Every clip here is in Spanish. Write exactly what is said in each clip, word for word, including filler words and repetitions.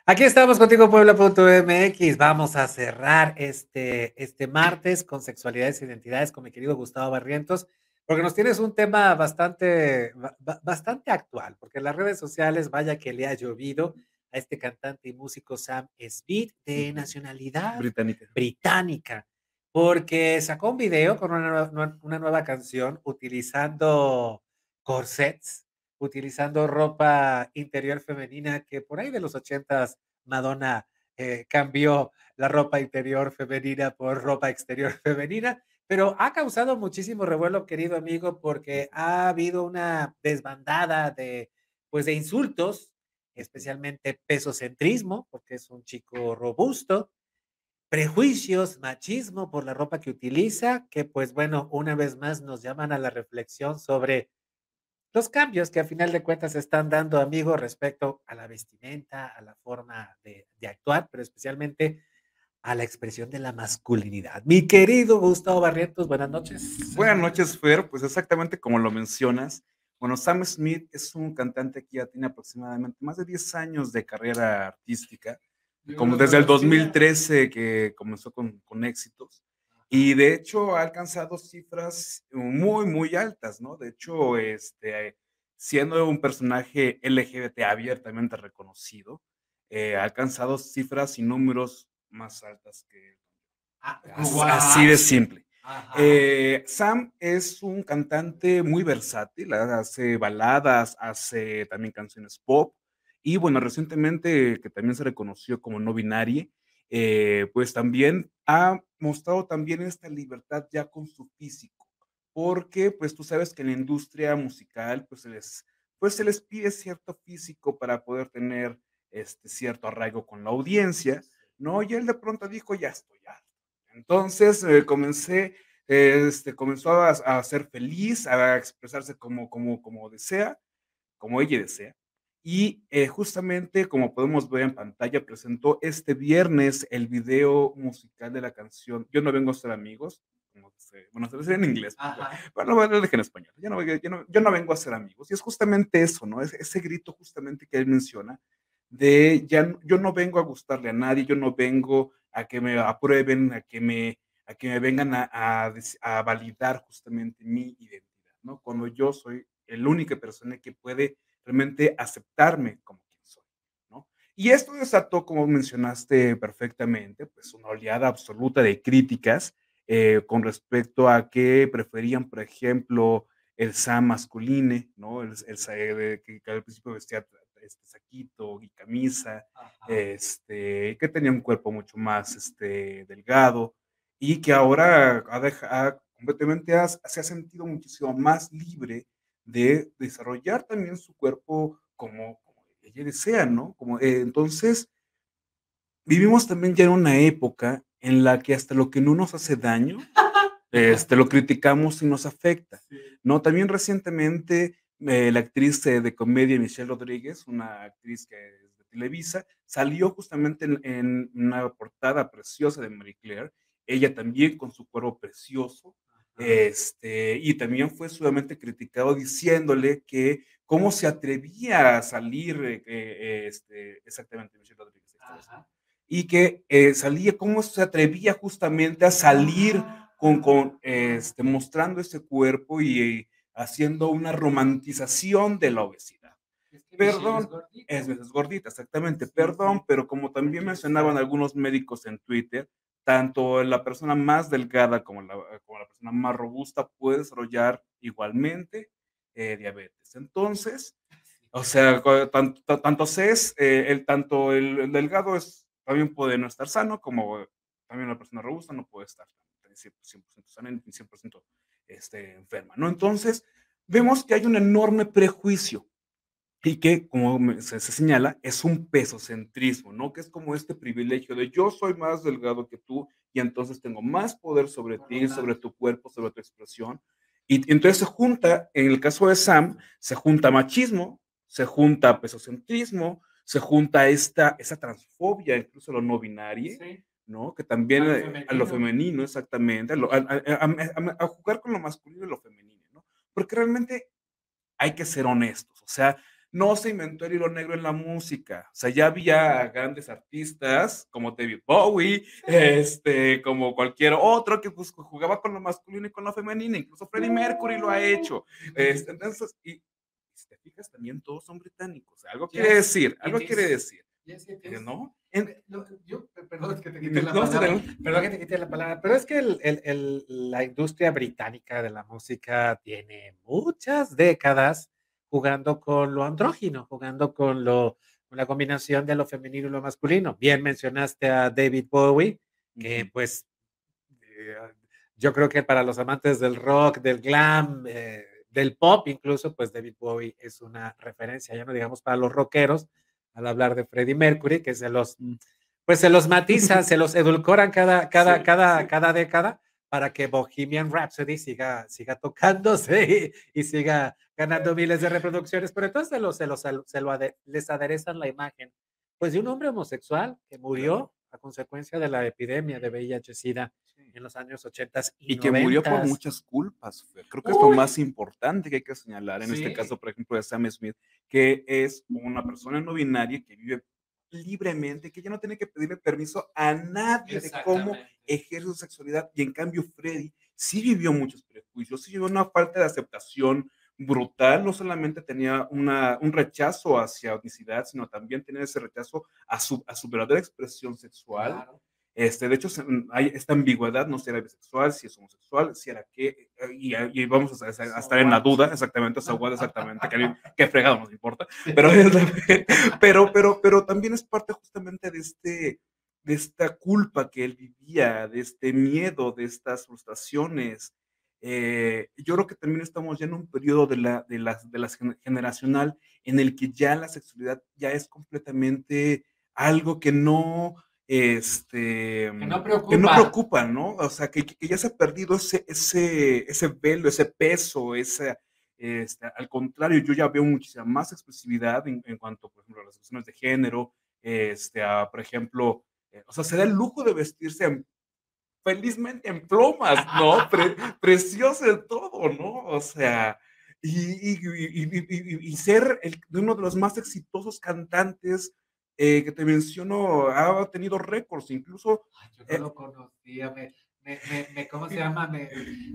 Aquí estamos contigo, Puebla punto M X. Vamos a cerrar este, este martes con sexualidades e identidades con mi querido Gustavo Barrientos, porque nos tienes un tema bastante, ba- ba- bastante actual, porque en las redes sociales, vaya que le ha llovido a este cantante y músico Sam Smith de Ujú. nacionalidad Británica. británica, porque sacó un video con una, nueva- una nueva canción utilizando corsets, utilizando ropa interior femenina que por ahí de los ochentas Madonna eh, cambió la ropa interior femenina por ropa exterior femenina, pero ha causado muchísimo revuelo, querido amigo, porque ha habido una desbandada de, pues, de insultos, especialmente pesocentrismo, porque es un chico robusto, prejuicios, machismo por la ropa que utiliza, que pues bueno, una vez más nos llaman a la reflexión sobre los cambios que a final de cuentas se están dando, amigo, respecto a la vestimenta, a la forma de, de actuar, pero especialmente a la expresión de la masculinidad. Mi querido Gustavo Barrientos, buenas noches. Buenas noches, Fer. Pues exactamente como lo mencionas. Bueno, Sam Smith es un cantante que ya tiene aproximadamente más de diez años de carrera artística, Yo no como lo desde el conocía. dos mil trece que comenzó con, con éxitos. Y de hecho ha alcanzado cifras muy, muy altas, ¿no? De hecho, este, siendo un personaje L G B T abiertamente reconocido, eh, ha alcanzado cifras y números más altas que Ah, As- así de what? simple. Ajá. Eh, Sam es un cantante muy versátil, hace baladas, hace también canciones pop y bueno, recientemente que también se reconoció como no binaria, eh, pues también ha mostrado también esta libertad ya con su físico, porque pues tú sabes que en la industria musical pues se les, pues se les pide cierto físico para poder tener este cierto arraigo con la audiencia, ¿no? Y él de pronto dijo, ya estoy harto. Entonces eh, comencé, eh, este, comenzó a, a ser feliz, a expresarse como, como, como desea, como ella desea. Y eh, justamente, como podemos ver en pantalla, presentó este viernes el video musical de la canción Yo no vengo a ser amigos. Como se, bueno, se dice en inglés, Ajá. pero bueno, lo dejé en español. Yo no, yo, no, yo no vengo a ser amigos. Y es justamente eso, ¿no? Es ese grito justamente que él menciona de ya, yo no vengo a gustarle a nadie, yo no vengo a que me aprueben, a que me, a que me vengan a, a, a validar justamente mi identidad, ¿no? Cuando yo soy la única persona que puede realmente aceptarme como quien soy, ¿no? Y esto desató, como mencionaste perfectamente, pues una oleada absoluta de críticas eh, con respecto a que preferían, por ejemplo, el Sam masculine, ¿no? El, el, que, que al principio vestía este saquito y camisa, Ajá. este, que tenía un cuerpo mucho más este, delgado y que ahora ha dejado, completamente ha, se ha sentido muchísimo más libre de desarrollar también su cuerpo como, como ella desea, ¿no? Como, eh, entonces, vivimos también ya en una época en la que hasta lo que no nos hace daño, este, lo criticamos y nos afecta, Sí. ¿no? También recientemente eh, la actriz eh, de comedia Michelle Rodríguez, una actriz que es de Televisa, salió justamente en, en una portada preciosa de Marie Claire, ella también con su cuerpo precioso, Ajá. este, y también fue sumamente criticado diciéndole que cómo se atrevía a salir, eh, eh, este, exactamente Michelle Rodríguez, ahí está diciendo, Ajá. y que eh, salía, cómo se atrevía justamente a salir con, con este, mostrando ese cuerpo y eh, haciendo una romantización de la obesidad. Es que Michelle es Perdón, gordita. es, es gordita, exactamente, Sí, perdón, sí. pero como también Aquí mencionaban está. algunos médicos en Twitter, tanto la persona más delgada como la, como la persona más robusta puede desarrollar igualmente eh, diabetes. Entonces, o sea, tanto, tanto se es, eh, el, tanto el, el delgado es, también puede no estar sano, como también una persona robusta no puede estar cien por ciento sana y cien por ciento este, enferma, ¿no? Entonces, vemos que hay un enorme prejuicio y que, como se, se señala, es un pesocentrismo, ¿no? Que es como este privilegio de yo soy más delgado que tú y entonces tengo más poder sobre Por lo ti, sobre tanto. tu cuerpo, sobre tu expresión. Y, y entonces se junta, en el caso de Sam, se junta machismo, se junta pesocentrismo, se junta esta, esa transfobia, incluso lo no binario, Sí. ¿no? Que también A lo eh, a lo femenino. femenino, exactamente, a, lo, a, a, a, a jugar con lo masculino y lo femenino, ¿no? Porque realmente hay que ser honestos, o sea, no se inventó el hilo negro en la música. O sea, ya había grandes artistas como David Bowie, este, como cualquier otro que pues, jugaba con lo masculino y con lo femenino. Incluso Freddie Mercury lo ha hecho. Este, entonces, y si te fijas, también todos son británicos. Algo quiere Yes, decir, it algo quiere is. decir. Yes, it Eh, is. ¿No? En, No, yo, perdón que te quite dime, la no, sí, palabra, adelante. perdón que te quite la palabra, pero es que el, el- el- la industria británica de la música tiene muchas décadas jugando con lo andrógino, jugando con lo, con la combinación de lo femenino y lo masculino. Bien mencionaste a David Bowie, que Ujú. pues eh, yo creo que para los amantes del rock, del glam, eh, del pop incluso, pues David Bowie es una referencia, ya no digamos para los rockeros, al hablar de Freddie Mercury, que se los, Mm. pues se los matizan, se los edulcoran cada, cada, Sí, cada, sí. cada década para que Bohemian Rhapsody siga, siga tocándose y, y siga ganando miles de reproducciones, pero entonces se, lo, se, lo, se lo ade, les aderezan la imagen, pues de un hombre homosexual que Claro. murió a consecuencia de la epidemia de V I H-Sida Sí. en los años ochentas y Y que murió por noventas. muchas culpas, Fer. Creo que es lo más Uy, importante que hay que señalar en este caso, sí, por ejemplo, de Sam Smith, que es una persona no binaria que vive libremente, que ya no tiene que pedirle permiso a nadie de cómo exactamente. ejerce su sexualidad. Y en cambio, Freddy sí vivió muchos prejuicios, sí vivió una falta de aceptación brutal. No solamente tenía una, un rechazo hacia etnicidad, sino también tenía ese rechazo a su, a su verdadera expresión sexual. Claro. Este, de hecho, se- hay esta ambigüedad, no sé si era bisexual, si es homosexual, si era qué, eh, y, y vamos a, a So estar en la what? duda, exactamente, so what, exactamente, que, que fregado nos importa, Sí. pero, pero, pero, pero también es parte justamente de este, de esta culpa que él vivía, de este miedo, de estas frustraciones. Eh, yo creo que también estamos ya en un periodo de la, de las, de las generacional en el que ya la sexualidad ya es completamente algo que no, este, Que no que no preocupa. preocupa, ¿no? O sea, que, que ya se ha perdido ese, ese, ese velo, ese peso, ese, este, al contrario, yo ya veo muchísima más expresividad en, en cuanto, por ejemplo, a las cuestiones de género, este, a, por ejemplo, eh, o sea, se da el lujo de vestirse en, felizmente en plomas, ¿no? Pre, precioso de todo, ¿no? O sea, y, y, y, y, y ser el, uno de los más exitosos cantantes eh, que te menciono, ha tenido récords, incluso... Ay, yo no Eh, lo conocía, me, me, me, me ¿cómo se llama? Me,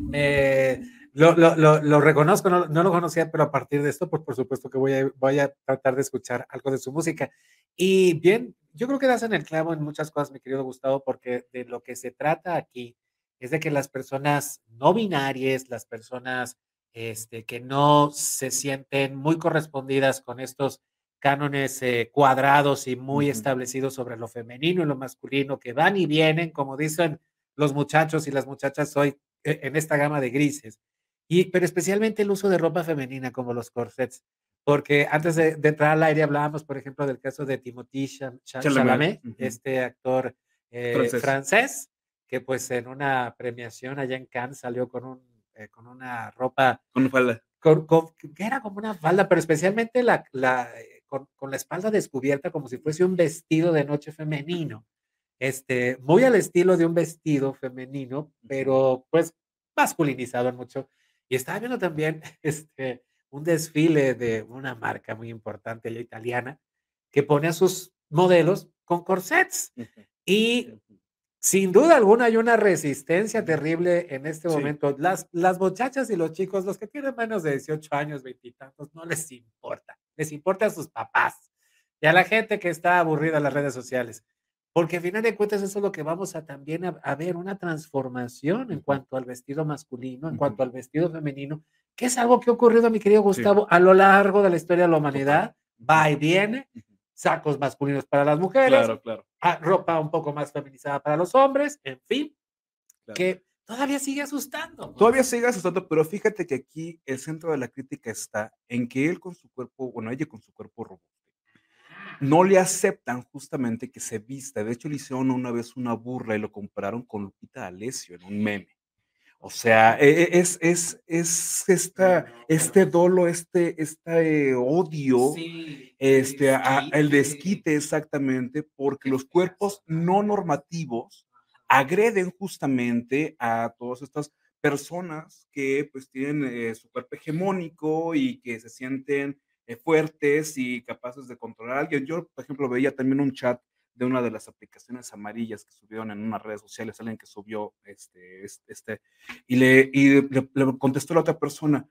me lo, lo, lo, lo, reconozco, no, no, lo conocía, pero a partir de esto, pues por supuesto que voy a, voy a tratar de escuchar algo de su música. Y bien, yo creo que das en el clavo en muchas cosas, mi querido Gustavo, porque de lo que se trata aquí es de que las personas no binarias, las personas este, que no se sienten muy correspondidas con estos cánones eh, cuadrados y uh muy -huh. establecidos sobre lo femenino y lo masculino, que van y vienen, como dicen los muchachos y las muchachas hoy, eh, en esta gama de grises. Y, pero especialmente el uso de ropa femenina, como los corsets. Porque antes de, de entrar al aire hablábamos, por ejemplo, del caso de Timothée Chalamet, Chalamet, uh -huh. este actor eh, Francés. francés, que pues en una premiación allá en Cannes salió con, un, eh, con una ropa Con falda. con, con, que era como una falda, pero especialmente la, la, con, con, la espalda descubierta como si fuese un vestido de noche femenino. Este, muy al estilo de un vestido femenino, pero pues masculinizado en mucho. Y estaba viendo también este, un desfile de una marca muy importante allá italiana que pone a sus modelos con corsets. Uh -huh. Y Uh -huh. sin duda alguna hay una resistencia terrible en este Sí. momento. Las, las muchachas y los chicos, los que tienen menos de dieciocho años, veintitantos, no les importa. Les importa a sus papás y a la gente que está aburrida en las redes sociales. Porque al final de cuentas eso es lo que vamos a también a, a ver, una transformación en Uh -huh. cuanto al vestido masculino, en Uh -huh. cuanto al vestido femenino, que es algo que ha ocurrido, mi querido Sí. Gustavo, a lo largo de la historia de la Total. humanidad. Uh -huh. Va y viene, Uh -huh. sacos masculinos para las mujeres, Claro, claro. ropa un poco más feminizada para los hombres, en fin, Claro. que todavía sigue asustando. Todavía Pues. sigue asustando, pero fíjate que aquí el centro de la crítica está en que él con su cuerpo, bueno, ella con su cuerpo robusto, no le aceptan justamente que se vista. De hecho, le hicieron una vez una burla y lo compararon con Lupita D'Alessio en un meme. O sea, e e es es es esta No, pero este dolo, este este odio, sí, el este, a el desquite. desquite exactamente, porque Qué los feazo, cuerpos no caray. normativos Ajá. agreden justamente a todas estas personas que, pues, tienen, eh, su cuerpo hegemónico y que se sienten eh, fuertes y capaces de controlar a alguien. Yo, por ejemplo, veía también un chat de una de las aplicaciones amarillas que subieron en unas redes sociales, alguien que subió este, es- este, y le, y le, le contestó la otra persona,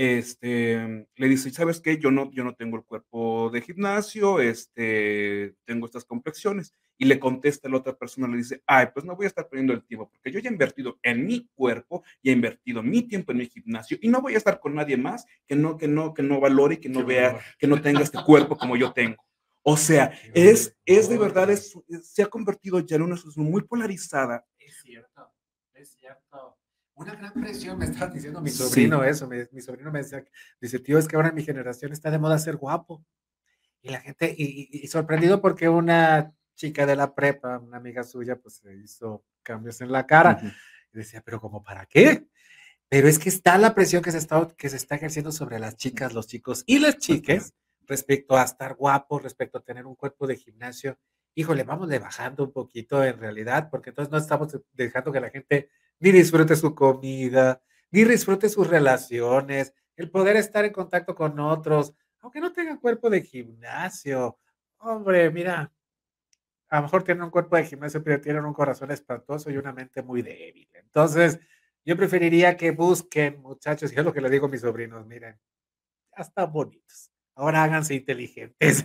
este, le dice, ¿sabes qué? Yo no, yo no tengo el cuerpo de gimnasio, este, tengo estas complexiones. Y le contesta la otra persona, le dice, ay, pues no voy a estar perdiendo el tiempo, porque yo ya he invertido en mi cuerpo, y he invertido mi tiempo en mi gimnasio, y no voy a estar con nadie más que no, que no, que no valore y que Qué no vea, valor. que no tenga este cuerpo como yo tengo. O sea, Qué es, es de valor, verdad, güey. es, es- se ha convertido ya en una sociedad muy polarizada. Es cierto, es cierto. Una gran presión, me estaba diciendo mi Sí. sobrino eso, mi, mi sobrino me decía, dice, tío, es que ahora en mi generación está de moda ser guapo. Y la gente, y, y- y sorprendido porque una chica de la prepa, una amiga suya, pues se hizo cambios en la cara. Ujú, Y decía, pero ¿como para qué? Pero es que está la presión que se está, que se está ejerciendo sobre las chicas, los chicos y las chiques respecto a estar guapos, respecto a tener un cuerpo de gimnasio. Híjole, vamos bajando un poquito en realidad, porque entonces no estamos dejando que la gente ni disfrute su comida, ni disfrute sus relaciones, el poder estar en contacto con otros, aunque no tengan cuerpo de gimnasio. Hombre, mira, a lo mejor tienen un cuerpo de gimnasio, pero tienen un corazón espantoso y una mente muy débil. Entonces, yo preferiría que busquen, muchachos, y es lo que le digo a mis sobrinos, miren, ya están bonitos, ahora háganse inteligentes,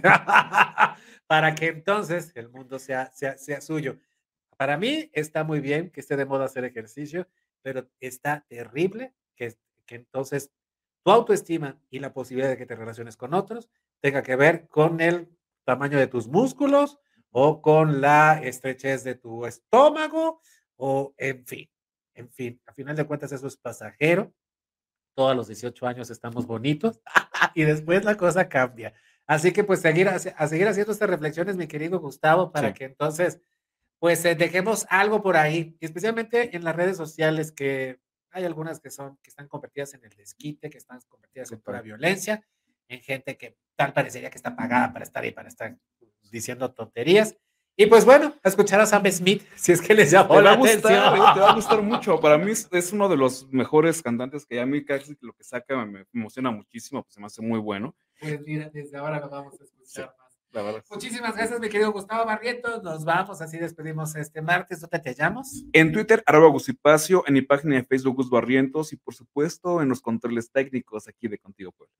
para que entonces el mundo sea, sea, sea suyo. Para mí está muy bien que esté de moda hacer ejercicio, pero está terrible que, que entonces tu autoestima y la posibilidad de que te relaciones con otros tenga que ver con el tamaño de tus músculos o con la estrechez de tu estómago o en fin, en fin, a final de cuentas eso es pasajero. Todos a los dieciocho años estamos bonitos y después la cosa cambia. Así que pues seguir, a, a seguir haciendo estas reflexiones, mi querido Gustavo, para sí. que entonces pues eh, dejemos algo por ahí, y especialmente en las redes sociales, que hay algunas que son, que están convertidas en el desquite, que están convertidas en pura Total. violencia, en gente que tal parecería que está pagada para estar ahí, para estar diciendo tonterías. Y pues bueno, a escuchar a Sam Smith, si es que les llamó Te va la a atención. gustar, eh, te va a gustar mucho. Para mí es, es uno de los mejores cantantes que a mí casi lo que saca me, me emociona muchísimo, pues se me hace muy bueno. Pues mira, desde ahora lo vamos a Sí, escuchar más. la verdad. Muchísimas gracias, mi querido Gustavo Barrientos. Nos vamos, así despedimos este martes. ¿Dónde te llamas? En Twitter, arroba Gusipacio, en mi página de Facebook, Gus Barrientos, y por supuesto en los controles técnicos aquí de Contigo Puebla.